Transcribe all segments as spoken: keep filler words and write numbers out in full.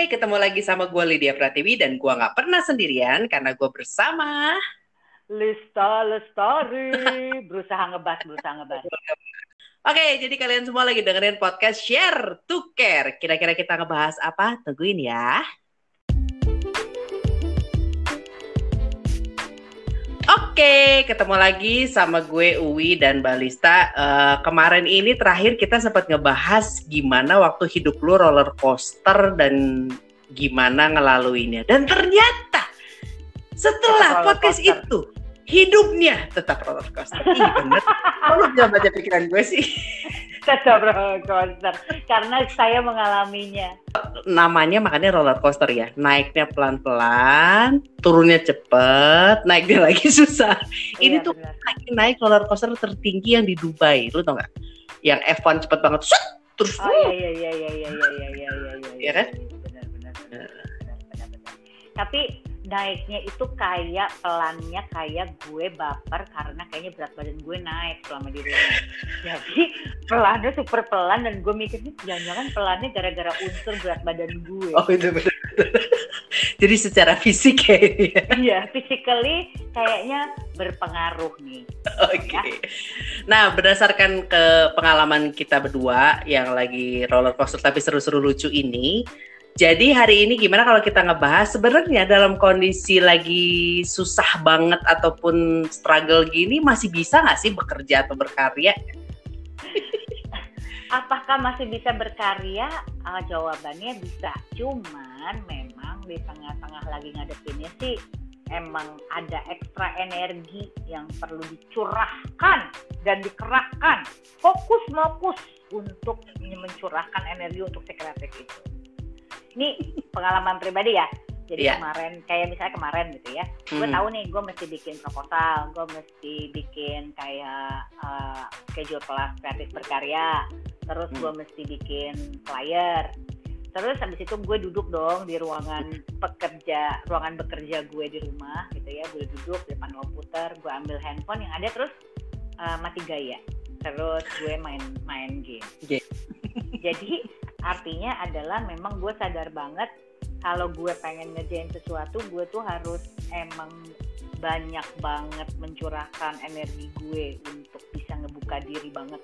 ketemu lagi sama gue Lydia Pratiwi dan gue nggak pernah sendirian karena gue bersama Lista Lestari. Berusaha ngebas, berusaha ngebas. Oke, jadi kalian semua lagi dengerin podcast Share to Care. Kira-kira kita ngebahas apa? Tungguin ya. Oke, ketemu lagi sama gue Uwi dan Balista. Uh, kemarin ini terakhir kita sempat ngebahas gimana waktu hidup lu roller coaster dan gimana ngelaluinnya. Dan ternyata setelah podcast coaster itu hidupnya tetap roller coaster. Iya bener. Lu jangan baca pikiran gue sih. Tetap roller coaster karena saya mengalaminya. Namanya makanya roller coaster ya. Naiknya pelan-pelan, turunnya cepet, naiknya lagi susah. Ini iya, tuh naik, naik roller coaster tertinggi yang di Dubai. Lu tau gak? Yang F satu cepet banget. Shut, terus. Oh iya iya iya iya iya iya iya iya iya. Iya kan? Benar benar benar benar benar benar. Tapi naiknya itu kayak pelannya kayak gue baper karena kayaknya berat badan gue naik selama di rumah. Jadi pelannya super pelan dan gue mikirnya jangan-jangan pelannya gara-gara unsur berat badan gue. Oh itu benar. Jadi secara fisik kayaknya. Iya, physically kayaknya berpengaruh nih. Oke. Okay. Ya? Nah, berdasarkan ke pengalaman kita berdua yang lagi roller coaster tapi seru-seru lucu ini, jadi hari ini gimana kalau kita ngebahas sebenarnya dalam kondisi lagi susah banget ataupun struggle gini masih bisa nggak sih bekerja atau berkarya? Apakah masih bisa berkarya? Uh, jawabannya bisa. Cuman memang di tengah-tengah lagi ngadepinnya sih emang ada ekstra energi yang perlu dicurahkan dan dikerahkan. Fokus-fokus untuk mencurahkan energi untuk si kreatif itu. Ini pengalaman pribadi ya. Jadi yeah. kemarin, kayak misalnya kemarin gitu ya. Hmm. Gue tahu nih, gue mesti bikin proposal. Gue mesti bikin kayak uh, schedule kelas kreatif berkarya. Terus hmm. gue mesti bikin flyer. Terus habis itu gue duduk dong di ruangan pekerja, ruangan bekerja gue di rumah gitu ya. Gue duduk di depan komputer, gue ambil handphone yang ada terus uh, mati gaya. Terus gue main main game. Yeah. Jadi artinya adalah memang gue sadar banget kalau gue pengen ngerjain sesuatu, gue tuh harus emang banyak banget mencurahkan energi gue untuk bisa ngebuka diri banget.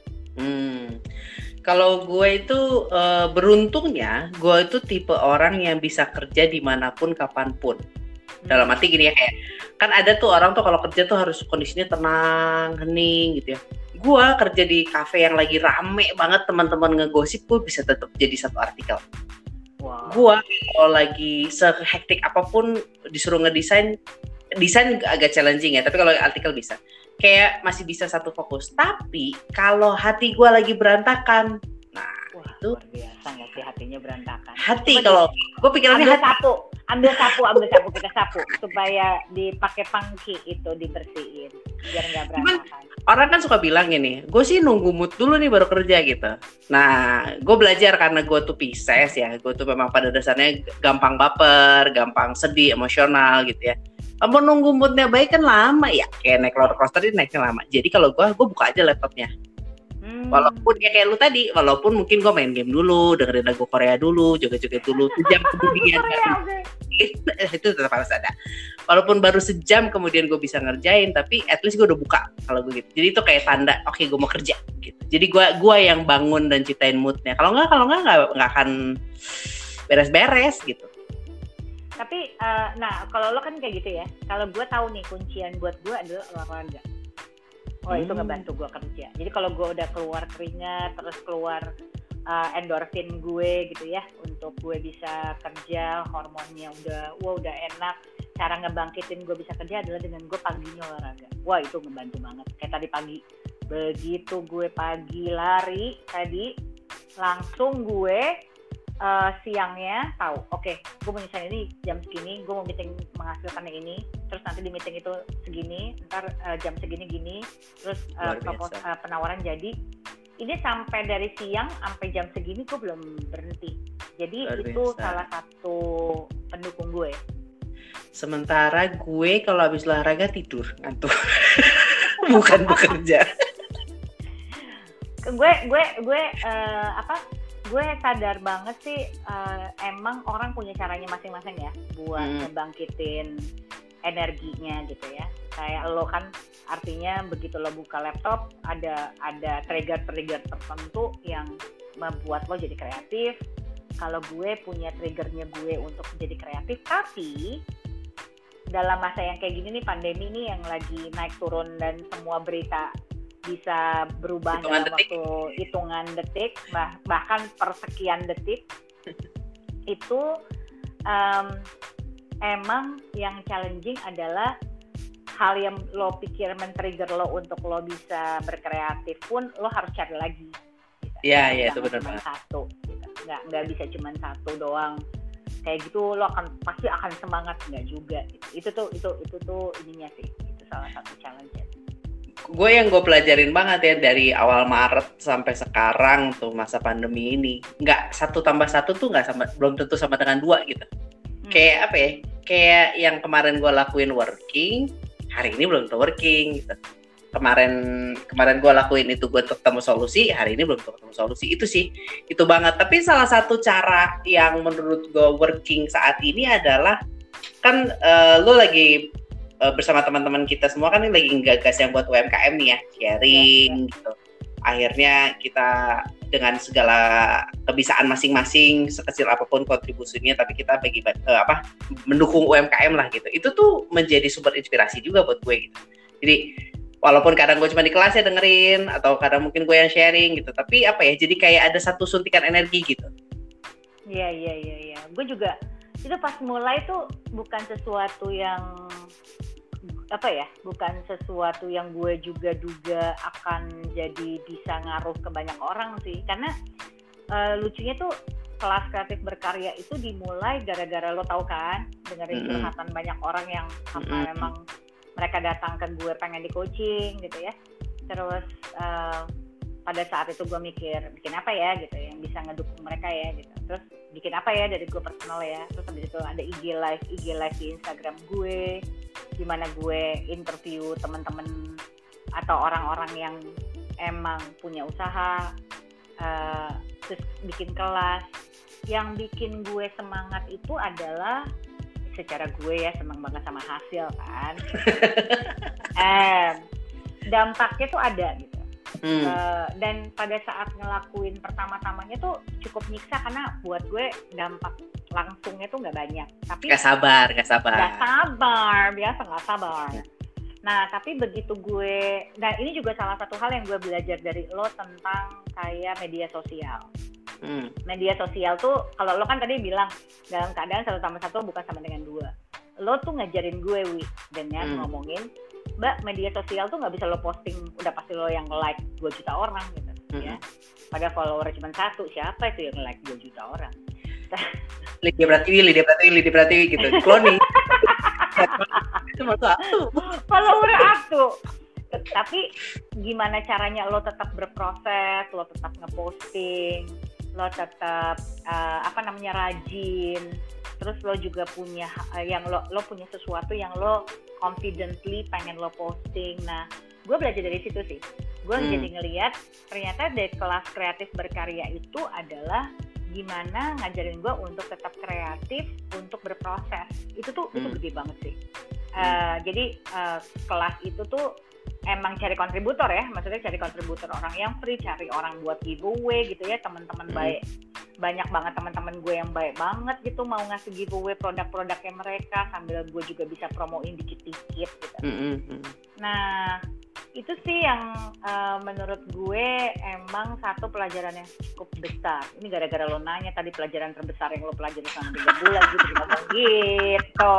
Hmm. Kalau gue itu uh, beruntungnya, gue itu tipe orang yang bisa kerja dimanapun, kapanpun. Hmm. Dalam arti gini ya, kayak kan ada tuh orang tuh kalau kerja tuh harus kondisinya tenang, hening gitu ya. Gue kerja di kafe yang lagi rame banget teman-teman ngegosip, gue bisa tetap jadi satu artikel. Wow. Gue kalau lagi sehektik apapun disuruh ngedesain, desain agak challenging ya, tapi kalau artikel bisa. Kayak masih bisa satu fokus. Tapi kalau hati gue lagi berantakan, nah wah, itu luar biasa nggak sih hatinya berantakan. Hati kalau gue pikirannya ambil hati. sapu, ambil sapu, ambil sapu kita sapu supaya dipakai pangki itu dibersihin biar nggak berantakan. Orang kan suka bilang gini, gue sih nunggu mood dulu nih baru kerja gitu. Nah, gue belajar karena gue tuh Pisces ya, gue tuh memang pada dasarnya gampang baper, gampang sedih, emosional gitu ya. Kalau nunggu moodnya baik kan lama ya, kayak naik roller coaster ini naiknya lama. Jadi kalau gue, gue buka aja laptopnya. Hmm. Walaupun ya kayak lu tadi, walaupun mungkin gue main game dulu, dengerin lagu Korea dulu, joget-joget dulu, sejam kemudian kan, itu tetap harus ada. Walaupun baru sejam kemudian gue bisa ngerjain, tapi at least gue udah buka kalau gue gitu. Jadi itu kayak tanda, oke okay, gue mau kerja. Gitu. Jadi gue gue yang bangun dan ciptain moodnya. Kalau nggak, kalau nggak nggak nggak akan beres-beres gitu. Tapi, uh, nah kalau lo kan kayak gitu ya. Kalau gue tahu nih kuncian buat gue adalah olahraga. Oh hmm. itu ngebantu gue kerja. Jadi kalau gue udah keluar keringat, terus keluar uh, endorfin gue gitu ya, untuk gue bisa kerja, hormonnya udah, wah udah enak. Cara ngebangkitin gue bisa kerja adalah dengan gue paginya olahraga. Wah itu ngebantu banget. Kayak tadi pagi, begitu gue pagi lari tadi, langsung gue Uh, siangnya tahu, oke, okay, gue mau nyusahin ini jam segini, gue mau meeting menghasilkan yang ini, terus nanti di meeting itu segini, ntar uh, jam segini gini, terus uh, propos, uh, penawaran jadi, ini sampai dari siang sampai jam segini gue belum berhenti, jadi luar itu biasa. Salah satu pendukung gue. Sementara gue kalau habis olahraga tidur, ngantuk, bukan bekerja. gue gue gue uh, apa? gue sadar banget sih uh, emang orang punya caranya masing-masing ya buat hmm. ngebangkitin energinya gitu ya. Kayak lo kan artinya begitu lo buka laptop ada ada trigger-trigger tertentu yang membuat lo jadi kreatif. Kalau gue punya triggernya gue untuk jadi kreatif, tapi dalam masa yang kayak gini nih, pandemi nih yang lagi naik turun dan semua berita bisa berubah hitungan dalam detik. waktu hitungan detik, bah, bahkan persekian detik, itu um, emang yang challenging adalah hal yang lo pikir men-trigger lo untuk lo bisa berkreatif pun lo harus cari lagi. Iya, iya itu benar banget. Satu, gitu. nggak nggak bisa cuma satu doang. Kayak gitu lo akan pasti akan semangat, nggak juga. Gitu. Itu tuh itu itu tuh ininya sih, itu salah satu challenge. Gue yang gue pelajarin banget ya dari awal Maret sampai sekarang tuh masa pandemi ini, nggak satu tambah satu tuh nggak sama, belum tentu sama dengan dua gitu. Hmm. Kayak apa ya? Kayak yang kemarin gue lakuin working, hari ini belum tentu working gitu. Kemarin kemarin gue lakuin itu gue ketemu solusi, hari ini belum ketemu solusi. Itu sih, itu banget. Tapi salah satu cara yang menurut gue working saat ini adalah kan uh, lo lagi uh, bersama teman-teman kita semua kan lagi ngegagas yang buat U M K M nih ya, sharing ya, ya. gitu. Akhirnya kita dengan segala kebisaan masing-masing, sekecil apapun kontribusinya, tapi kita bagi uh, apa mendukung U M K M lah gitu. Itu tuh menjadi sumber inspirasi juga buat gue gitu. Jadi walaupun kadang gue cuma di kelas ya dengerin, atau kadang mungkin gue yang sharing gitu, tapi apa ya, jadi kayak ada satu suntikan energi gitu. Iya, iya, iya, iya. Gue juga, itu pas mulai tuh bukan sesuatu yang, apa ya, bukan sesuatu yang gue juga duga akan jadi bisa ngaruh ke banyak orang sih. Karena uh, lucunya tuh kelas kreatif berkarya itu dimulai gara-gara lo tau kan, dengerin mm-hmm. curhatan banyak orang yang apa mm-hmm. memang mereka datang ke gue pengen di coaching gitu ya. Terus uh, pada saat itu gue mikir bikin apa ya gitu yang bisa ngedukung mereka ya gitu. Terus bikin apa ya dari gue personal ya. Terus habis itu ada I G live, I G live di Instagram gue, di mana gue interview teman-teman atau orang-orang yang emang punya usaha, uh, terus bikin kelas. Yang bikin gue semangat itu adalah secara gue ya seneng banget sama hasil kan. eh, dampaknya tuh ada gitu. Hmm. Uh, dan pada saat ngelakuin pertama-tamanya tuh cukup nyiksa karena buat gue dampak langsungnya tuh nggak banyak. Tapi nggak sabar, nggak sabar. Nggak sabar, biasa nggak sabar. Nah tapi begitu gue, nah ini juga salah satu hal yang gue belajar dari lo tentang kayak media sosial. Hmm. Media sosial tuh kalau lo kan tadi bilang dalam keadaan satu tambah satu bukan sama dengan dua. Lo tuh ngajarin gue Wi dengan hmm. ngomongin, Mbak, media sosial tuh nggak bisa lo posting udah pasti lo yang like dua juta orang gitu hmm. ya. Pada follower cuma satu, siapa itu yang like dua juta orang? Lydia Pratiwi, Lydia Pratiwi, Lydia Pratiwi gitu. Cloning. Cuma satu. Follower satu. Tapi gimana caranya lo tetap berproses, lo tetap ngeposting, lo tetap uh, apa namanya rajin, terus lo juga punya uh, yang lo lo punya sesuatu yang lo confidently pengen lo posting. Nah, gue belajar dari situ sih. Gue hmm. jadi ngelihat ternyata dari kelas kreatif berkarya itu adalah gimana ngajarin gue untuk tetap kreatif, untuk berproses. Itu tuh hmm. itu gede banget sih. Uh, hmm. Jadi uh, kelas itu tuh emang cari kontributor ya, maksudnya cari kontributor orang yang free, cari orang buat giveaway gitu ya, teman-teman hmm. baik, banyak banget teman-teman gue yang baik banget gitu mau ngasih giveaway produk-produknya mereka sambil gue juga bisa promoin dikit-dikit gitu. Hmm. Nah itu sih yang uh, menurut gue emang satu pelajaran yang cukup besar. Ini gara-gara lo nanya tadi pelajaran terbesar yang lo pelajari selama tiga bulan gitu, ngomong gitu.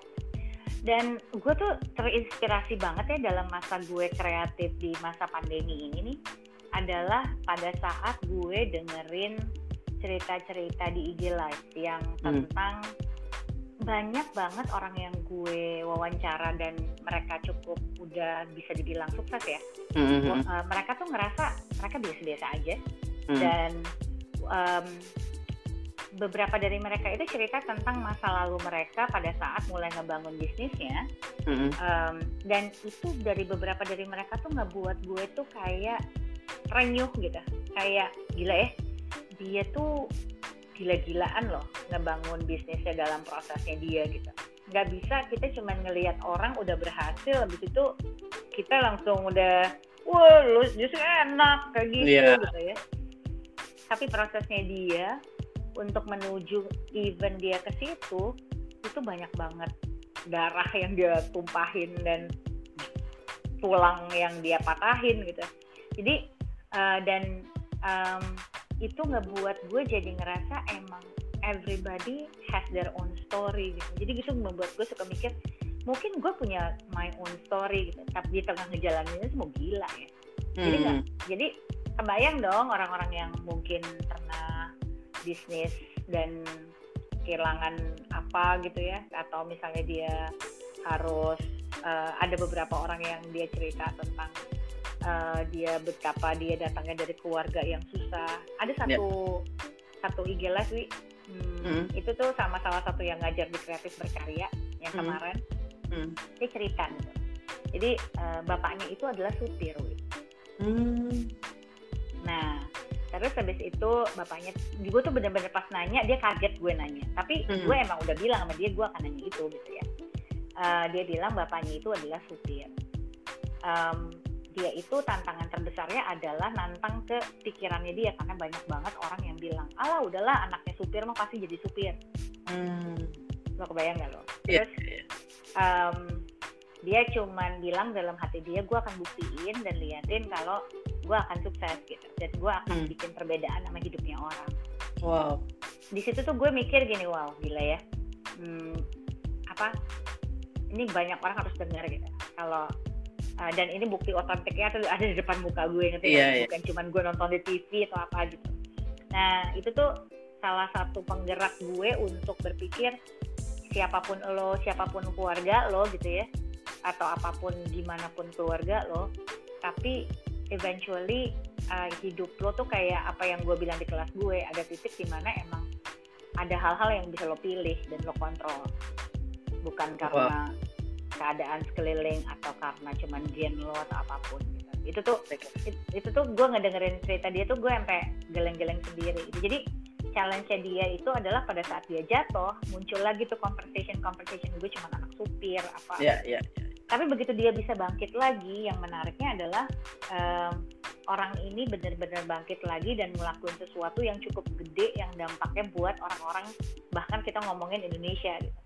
Dan gue tuh terinspirasi banget ya dalam masa gue kreatif di masa pandemi ini nih adalah pada saat gue dengerin cerita-cerita di I G Live yang tentang hmm. banyak banget orang yang gue wawancara dan mereka cukup udah bisa dibilang sukses ya. Hmm. Uh, mereka tuh ngerasa mereka biasa-biasa aja hmm. dan um, beberapa dari mereka itu cerita tentang masa lalu mereka pada saat mulai ngebangun bisnisnya, mm-hmm. um, dan itu dari beberapa dari mereka tuh ngebuat gue tuh kayak renyuh gitu, kayak gila ya, dia tuh gila-gilaan loh ngebangun bisnisnya dalam prosesnya dia gitu. Nggak bisa kita cuma ngelihat orang udah berhasil, habis itu kita langsung udah, wah lu justru enak kayak gitu yeah. gitu ya. Tapi prosesnya dia untuk menuju even dia ke situ itu banyak banget darah yang dia tumpahin dan tulang yang dia patahin gitu. Jadi uh, dan um, itu ngebuat gue jadi ngerasa emang everybody has their own story gitu. Jadi gitu membuat gue suka mikir mungkin gue punya my own story gitu, tapi di tengah ngejalaninnya semua gila ya. Hmm. Jadi nggak, jadi kebayang dong orang-orang yang mungkin pernah bisnis dan kehilangan apa gitu ya, atau misalnya dia harus uh, ada beberapa orang yang dia cerita tentang uh, dia betapa dia datangnya dari keluarga yang susah. Ada satu yeah. satu I G live wi, hmm, mm. itu tuh sama salah satu yang ngajar di Kreatif Berkarya yang mm. kemarin, mm. dia cerita gitu. Jadi uh, bapaknya itu adalah supir wi. Mm. Nah terus habis itu bapaknya, gue tuh bener-bener pas nanya dia kaget gue nanya, tapi mm. gue emang udah bilang sama dia gue akan nanya itu gitu ya. Uh, dia bilang bapaknya itu adalah supir. Um, dia itu tantangan terbesarnya adalah nantang ke pikirannya dia, karena banyak banget orang yang bilang, alah udahlah anaknya supir mah pasti jadi supir. Hmm. Lo kebayang gak lo? Terus yeah. um, dia cuman bilang dalam hati dia, gue akan buktiin dan liatin kalau gue akan sukses gitu, dan gue akan hmm. bikin perbedaan sama hidupnya orang. Wow. Di situ tuh gue mikir gini, wow gila ya. Hmm, apa? Ini banyak orang harus dengar gitu. Kalau uh, dan ini bukti otentiknya tuh ada di depan muka gue, ngerti yeah, yeah. bukan cuma gue nonton di T V atau apa gitu. Nah itu tuh salah satu penggerak gue untuk berpikir siapapun lo, siapapun keluarga lo gitu ya, atau apapun gimana pun keluarga lo, tapi eventually uh, hidup lo tuh kayak apa yang gue bilang di kelas gue, ada titik di mana emang ada hal-hal yang bisa lo pilih dan lo kontrol. Bukan karena wow. keadaan sekeliling atau karena cuman gen lo atau apapun gitu. Itu tuh it, itu tuh gue ngedengerin cerita dia tuh gue sampai geleng-geleng sendiri. Jadi challenge-nya dia itu adalah pada saat dia jatuh muncul lagi tuh conversation conversation gue cuman anak supir apa. Yeah, yeah, yeah. Tapi begitu dia bisa bangkit lagi, yang menariknya adalah um, orang ini benar-benar bangkit lagi dan melakukan sesuatu yang cukup gede yang dampaknya buat orang-orang, bahkan kita ngomongin Indonesia gitu.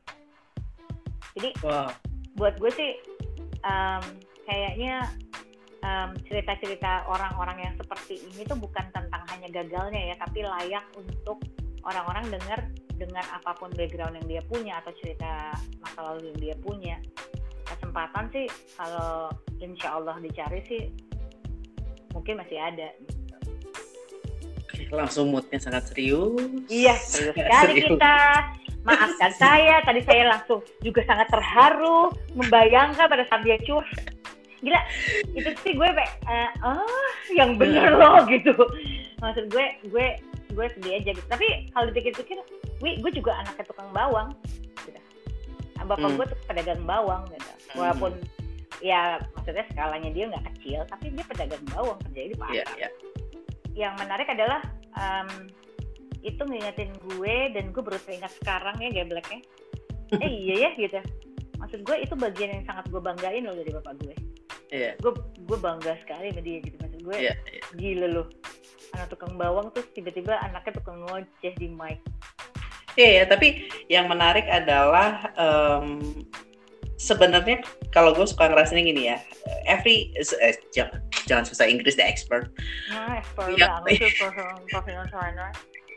Jadi wow. buat gue sih um, kayaknya um, cerita-cerita orang-orang yang seperti ini tuh bukan tentang hanya gagalnya ya, tapi layak untuk orang-orang dengar dengan apapun background yang dia punya atau cerita masa lalu yang dia punya. Kesempatan sih kalau insya Allah dicari sih mungkin masih ada. Langsung moodnya sangat serius. Iya serius sekali serius. Kita. Maafkan saya, tadi saya langsung juga sangat terharu membayangkan pada saat dia curhat. Gila, itu sih gue kayak, uh, oh yang bener loh gitu. Maksud gue, gue gue sedih aja gitu. Tapi kalau dipikir-pikir, gue, gue juga anaknya tukang bawang. Gitu. Bapak hmm. gue tuh pedagang bawang gitu. Walaupun hmm. ya maksudnya skalanya dia nggak kecil, tapi dia pedagang bawang, kerjanya di pasar. Yeah, yeah. Yang menarik adalah um, itu ngingetin gue, dan gue baru teringat sekarang ya gebleknya. Eh iya ya gitu. Maksud gue itu bagian yang sangat gue banggain loh dari bapak gue. Iya. Yeah. Gue gue bangga sekali sama dia gitu. Maksud gue yeah, yeah. gila loh. Anak tukang bawang terus tiba-tiba anaknya tukang ngoceh di mic. Iya yeah, yeah, tapi yang menarik adalah um, sebenarnya kalau gue suka ngerasain gini ya. Every eh, jangan jangan susah Inggris the expert. Nah, expert banget tuh professional trainer.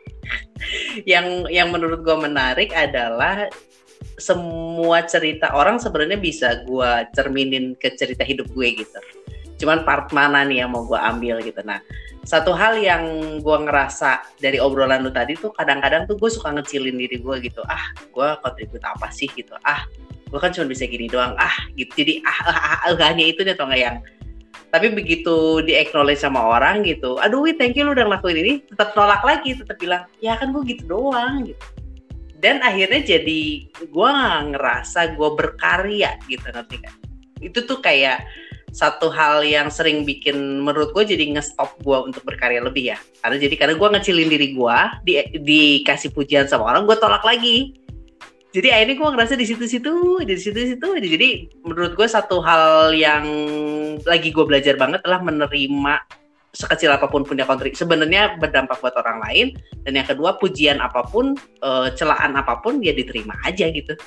yang yang menurut gue menarik adalah semua cerita orang sebenarnya bisa gue cerminin ke cerita hidup gue gitu. Cuman part mana nih yang mau gue ambil gitu. Nah, satu hal yang gue ngerasa dari obrolan lu tadi tuh kadang-kadang tuh gue suka ngecilin diri gue gitu. Ah, gue kontribut apa sih gitu. Ah, gue kan cuma bisa gini doang. Ah, gitu. Jadi ah, ah, ah, ah hanya itu nih atau enggak yang. Tapi begitu di-acknowledge sama orang gitu, aduh Wi, thank you lu udah ngelakuin ini, tetap nolak lagi, tetap bilang, ya kan gue gitu doang gitu. Dan akhirnya jadi gue ngerasa gue berkarya gitu, ngerti kan? Itu tuh kayak satu hal yang sering bikin menurut gue jadi nge-stop gue untuk berkarya lebih ya. Karena jadi karena gue ngecilin diri gue, di, dikasih pujian sama orang, gue tolak lagi. Jadi akhirnya gue ngerasa di situ-situ, di situ-situ. Jadi menurut gue satu hal yang lagi gue belajar banget adalah menerima sekecil apapun punya kontribusi. Sebenarnya berdampak buat orang lain. Dan yang kedua, pujian apapun, uh, celaan apapun, dia diterima aja gitu.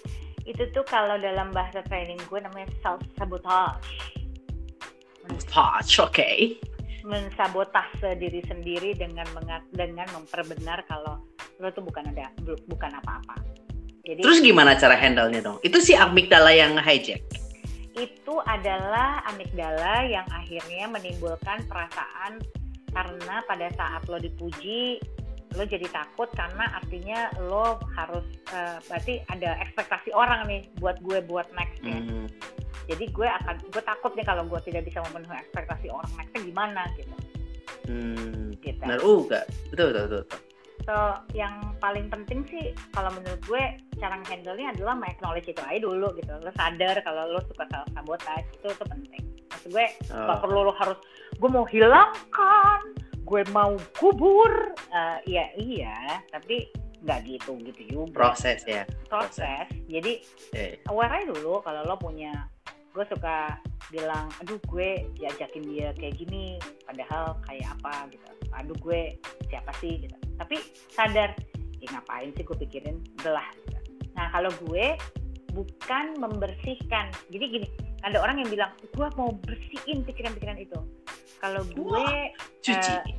Itu tuh kalau dalam bahasa training gue namanya self-sabotage. Sabotage, oke. Okay. Mensabotase diri sendiri dengan mengat, dengan memperbenar kalau lo tuh bukan ada bukan apa-apa. Jadi, terus gimana cara handle-nya dong? Itu si amigdala yang hijack. Itu adalah amigdala yang akhirnya menimbulkan perasaan karena pada saat lo dipuji, lo jadi takut karena artinya lo harus uh, berarti ada ekspektasi orang nih buat gue buat nextnya. Mm-hmm. Jadi gue akan gue takut nih kalau gue tidak bisa memenuhi ekspektasi orang nextnya gimana gitu. Hmm. Gitu. Benar juga, betul betul betul. So, yang paling penting sih kalau menurut gue cara handle-nya adalah acknowledge itu aja dulu gitu. Lo sadar kalau lo suka self-sabotage, itu tuh penting. Maksud gue oh. gak perlu lo harus gue mau hilangkan, gue mau kubur. Uh, iya iya, tapi nggak gitu gitu juga. Proses ya. Proses. Proses. Jadi yeah. aware aja dulu kalau lo punya. Gue suka bilang, aduh gue diajakin dia kayak gini, padahal kayak apa gitu. Aduh gue siapa sih gitu. Tapi sadar, ya ngapain sih gue pikirin, belah. Gitu. Nah kalau gue bukan membersihkan. Jadi gini, ada orang yang bilang, gue mau bersihin pikiran-pikiran itu. Kalau gue, cuci. Uh,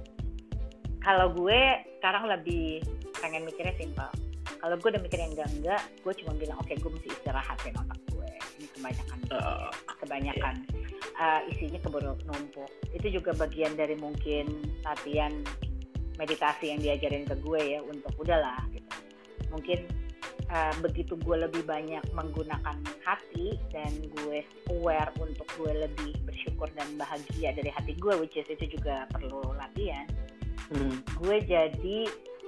kalau gue sekarang lebih pengen mikirnya simpel. Kalau gue udah mikir yang enggak-enggak, gue cuma bilang, oke okay, gue mesti istirahatin otak gue. Ini kebanyakan, uh, kebanyakan yeah. uh, isinya keburu numpuk. Itu juga bagian dari mungkin latihan meditasi yang diajarin ke gue ya, untuk udahlah gitu. Mungkin uh, begitu gue lebih banyak menggunakan hati dan gue aware untuk gue lebih bersyukur dan bahagia dari hati gue, which is itu juga perlu latihan. Hmm. Gue jadi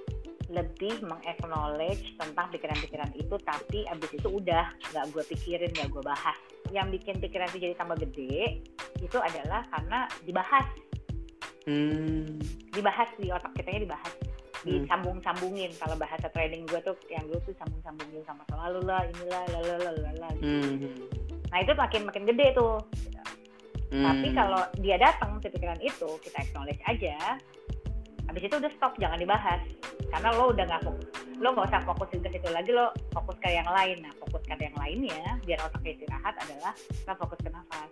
lebih meng-acknowledge tentang pikiran-pikiran itu, tapi abis itu udah gak gue pikirin, gak gue bahas. Yang bikin pikiran itu jadi tambah gede itu adalah karena dibahas. Hmm. Dibahas di otak kitanya, dibahas, disambung-sambungin. Kalau bahasa training gue tuh yang dulu tuh sambung-sambungin sama selalu lah, inilah, lalalala gitu. Hmm. Nah itu makin-makin gede tuh. Hmm. Tapi kalau dia datang ke pikiran itu, kita acknowledge aja. Habis itu udah stop, jangan dibahas. Karena lo udah nggak fokus, lo nggak usah fokusin ke situ lagi, lo fokus ke yang lain. Nah, fokus ke yang lainnya, biar otaknya istirahat adalah lo fokus ke nafas.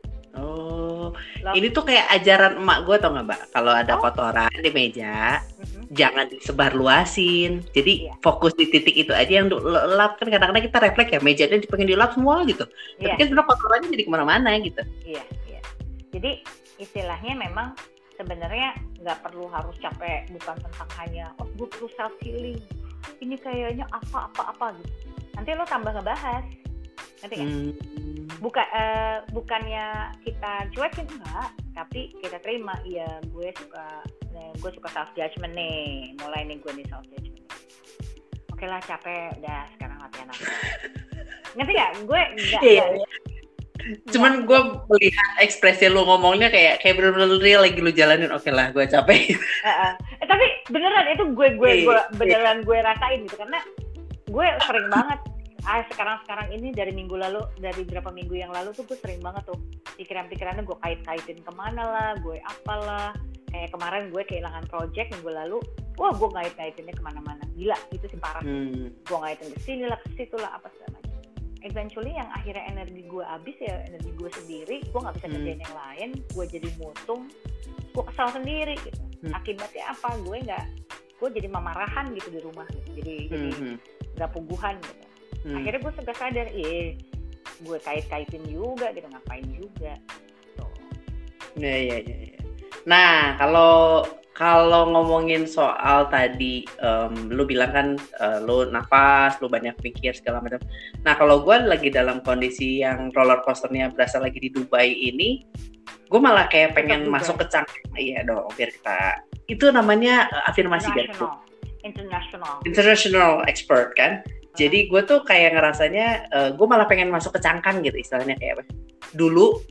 Oh, lo, ini tuh kayak ajaran emak gue tau nggak mbak? Kalau ada oh. kotoran di meja, mm-hmm. jangan disebarluasin. Jadi yeah. fokus di titik itu aja yang lo lap. Kan kadang-kadang kita refleks ya, mejanya pengen dilap semua gitu. Tapi yeah. kan sebenarnya kotorannya jadi kemana-mana gitu. Iya, yeah, iya. Yeah. Jadi istilahnya memang sebenarnya nggak perlu harus capek, bukan tentang hanya oh gue perlu self healing, ini kayaknya apa-apa-apa gitu. Nanti lo tambah ngebahas, nanti kan? Hmm. Bukan uh, bukannya kita cuekin enggak, tapi kita terima. Iya, gue suka, gue suka self judgment nih, mulai nih gue nih self judgment. Oke lah, capek, udah sekarang latihan apa? Ngerti nggak? Gue nggak. Cuman gue melihat ekspresi lu ngomongnya kayak kayak bener-bener real lagi lu jalanin. Oke okay lah, gue capek. Uh, uh. Eh, tapi beneran itu gue gue gue beneran gue rasain gitu, karena gue sering banget. Ah sekarang sekarang ini dari minggu lalu, dari berapa minggu yang lalu tuh gue sering banget tuh pikiran-pikirannya gue kait-kaitin kemana lah, gue apalah. Kayak kemarin gue kehilangan project minggu lalu, wah gue ngait-ngaitinnya kemana-mana. Gila, itu sih parah. Hmm. Gue ngaitin ke sini lah, ke situ lah, apa segala macam. Eventually yang akhirnya energi gue habis ya energi gue sendiri, gue nggak bisa kerjain hmm. yang lain, gue jadi mutung, gue kesal sendiri gitu. Hmm. Akibatnya apa? Gue nggak, gue jadi mamarahan gitu di rumah, gitu. jadi hmm. jadi nggak puguhan gitu. Hmm. Akhirnya gue sudah sadar, eh gue kait-kaitin juga gitu, ngapain juga. Tuh. Ya ya ya. Nah kalau Kalau ngomongin soal tadi, um, lu bilang kan uh, lu nafas, lu banyak pikir segala macam. Nah kalau gue lagi dalam kondisi yang roller coasternya berasa lagi di Dubai ini, gue malah kayak pengen masuk ke cangkang. Iya dong, biar kita itu namanya uh, afirmasi kan? International. International expert kan. Hmm. Jadi gue tuh kayak ngerasanya, uh, gue malah pengen masuk ke cangkang gitu istilahnya kayak apa? Dulu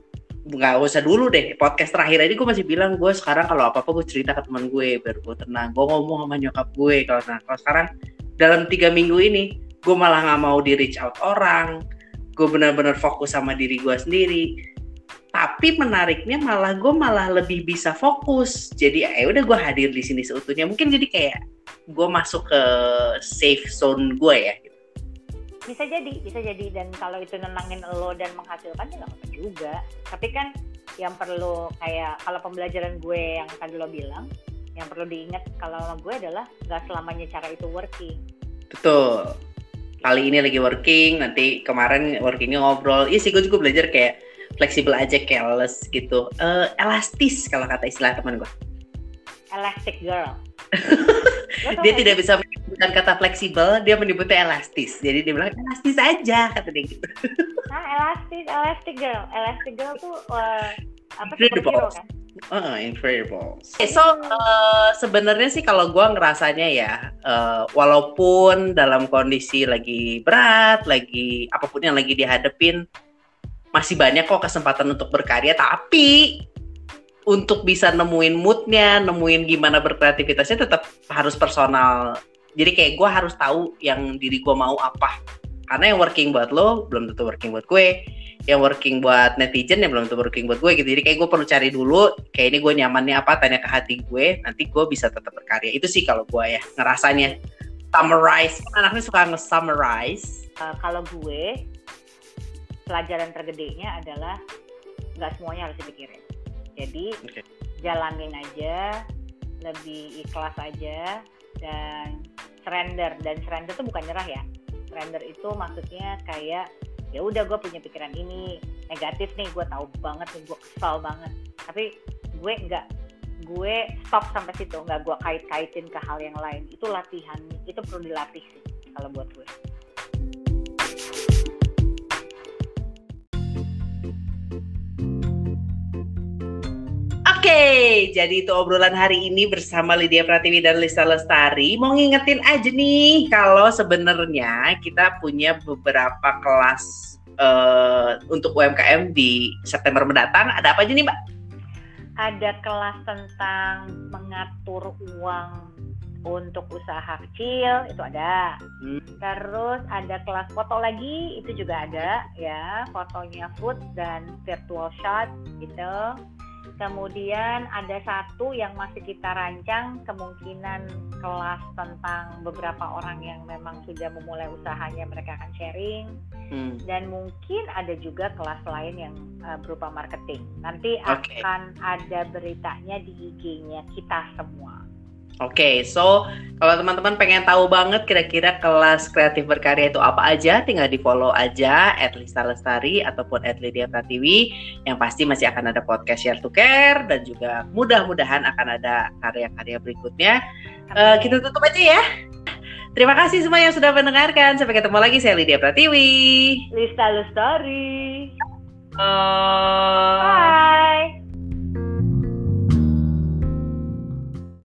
nggak usah dulu deh, podcast terakhir ini gue masih bilang gue sekarang kalau apa-apa gue cerita ke teman gue biar gue tenang, gue ngomong sama nyokap gue. Kalau nah kalau sekarang dalam tiga minggu ini gue malah nggak mau di reach out orang, gue benar-benar fokus sama diri gue sendiri. Tapi menariknya malah gue malah lebih bisa fokus, jadi ya udah gue hadir di sini seutuhnya. Mungkin jadi kayak gue masuk ke safe zone gue ya. Bisa jadi, bisa jadi. Dan kalau itu nenangin lo dan menghasilkan ya nggak apa-apa juga. Tapi kan yang perlu kayak kalau pembelajaran gue yang tadi lo bilang, yang perlu diingat kalau sama gue adalah nggak selamanya cara itu working. Betul. Kali ini lagi working, nanti kemarin workingnya ngobrol. Iya sih, gue juga belajar kayak fleksibel aja, careless gitu. Uh, elastis kalau kata istilah teman gue. Elastic girl. Dia tidak bisa menyebutkan kata fleksibel, dia menyebutnya elastis. Jadi dia bilang elastis aja, kata dia gitu. Nah, elastis, elastic girl. Elastic girl tuh uh, apa superhero kan? Uh, Incredibles. Okay, so uh, sebenarnya sih kalau gue ngerasanya ya, uh, walaupun dalam kondisi lagi berat, lagi apapun yang lagi dihadepin, masih banyak kok kesempatan untuk berkarya. Tapi untuk bisa nemuin moodnya, nemuin gimana berkreativitasnya tetap harus personal. Jadi kayak gue harus tahu yang diri gue mau apa. Karena yang working buat lo belum tentu working buat gue. Yang working buat netizen ya belum tentu working buat gue gitu. Jadi kayak gue perlu cari dulu, kayak ini gue nyamannya apa, tanya ke hati gue. Nanti gue bisa tetap berkarya. Itu sih kalau gue ya ngerasanya. Summarize. Anaknya suka nge-summarize. Uh, kalau gue, pelajaran tergedenya adalah nggak semuanya harus dipikirin. Jadi okay. jalanin aja, lebih ikhlas aja, dan surrender. Dan surrender itu bukan nyerah ya. Surrender itu maksudnya kayak ya udah gue punya pikiran ini negatif nih, gue tahu banget nih, gue kesal banget. Tapi gue nggak, gue stop sampai situ, nggak gue kait-kaitin ke hal yang lain. Itu latihan, itu perlu dilatih sih kalau buat gue. Oke, okay, jadi itu obrolan hari ini bersama Lydia Pratiwi dan Lisa Lestari. Mau ngingetin aja nih, kalau sebenarnya kita punya beberapa kelas uh, untuk U M K M di September mendatang. Ada apa aja nih, Mbak? Ada kelas tentang mengatur uang untuk usaha kecil, itu ada. Hmm. Terus ada kelas foto lagi, itu juga ada ya, fotonya food dan virtual shot gitu. Kemudian ada satu yang masih kita rancang, kemungkinan kelas tentang beberapa orang yang memang sudah memulai usahanya, mereka akan sharing. Hmm. Dan mungkin ada juga kelas lain yang uh, berupa marketing. Nanti okay. akan ada beritanya di I G-nya kita semua. Oke, okay, so kalau teman-teman pengen tahu banget kira-kira kelas kreatif berkarya itu apa aja, tinggal di follow aja at Lisa Lestari ataupun at Lydia Pratiwi. Yang pasti masih akan ada podcast Share to Care dan juga mudah-mudahan akan ada karya-karya berikutnya. Uh, kita tutup aja ya. Terima kasih semua yang sudah mendengarkan. Sampai ketemu lagi, saya Lydia Pratiwi. Lisa Lestari. Uh... Bye.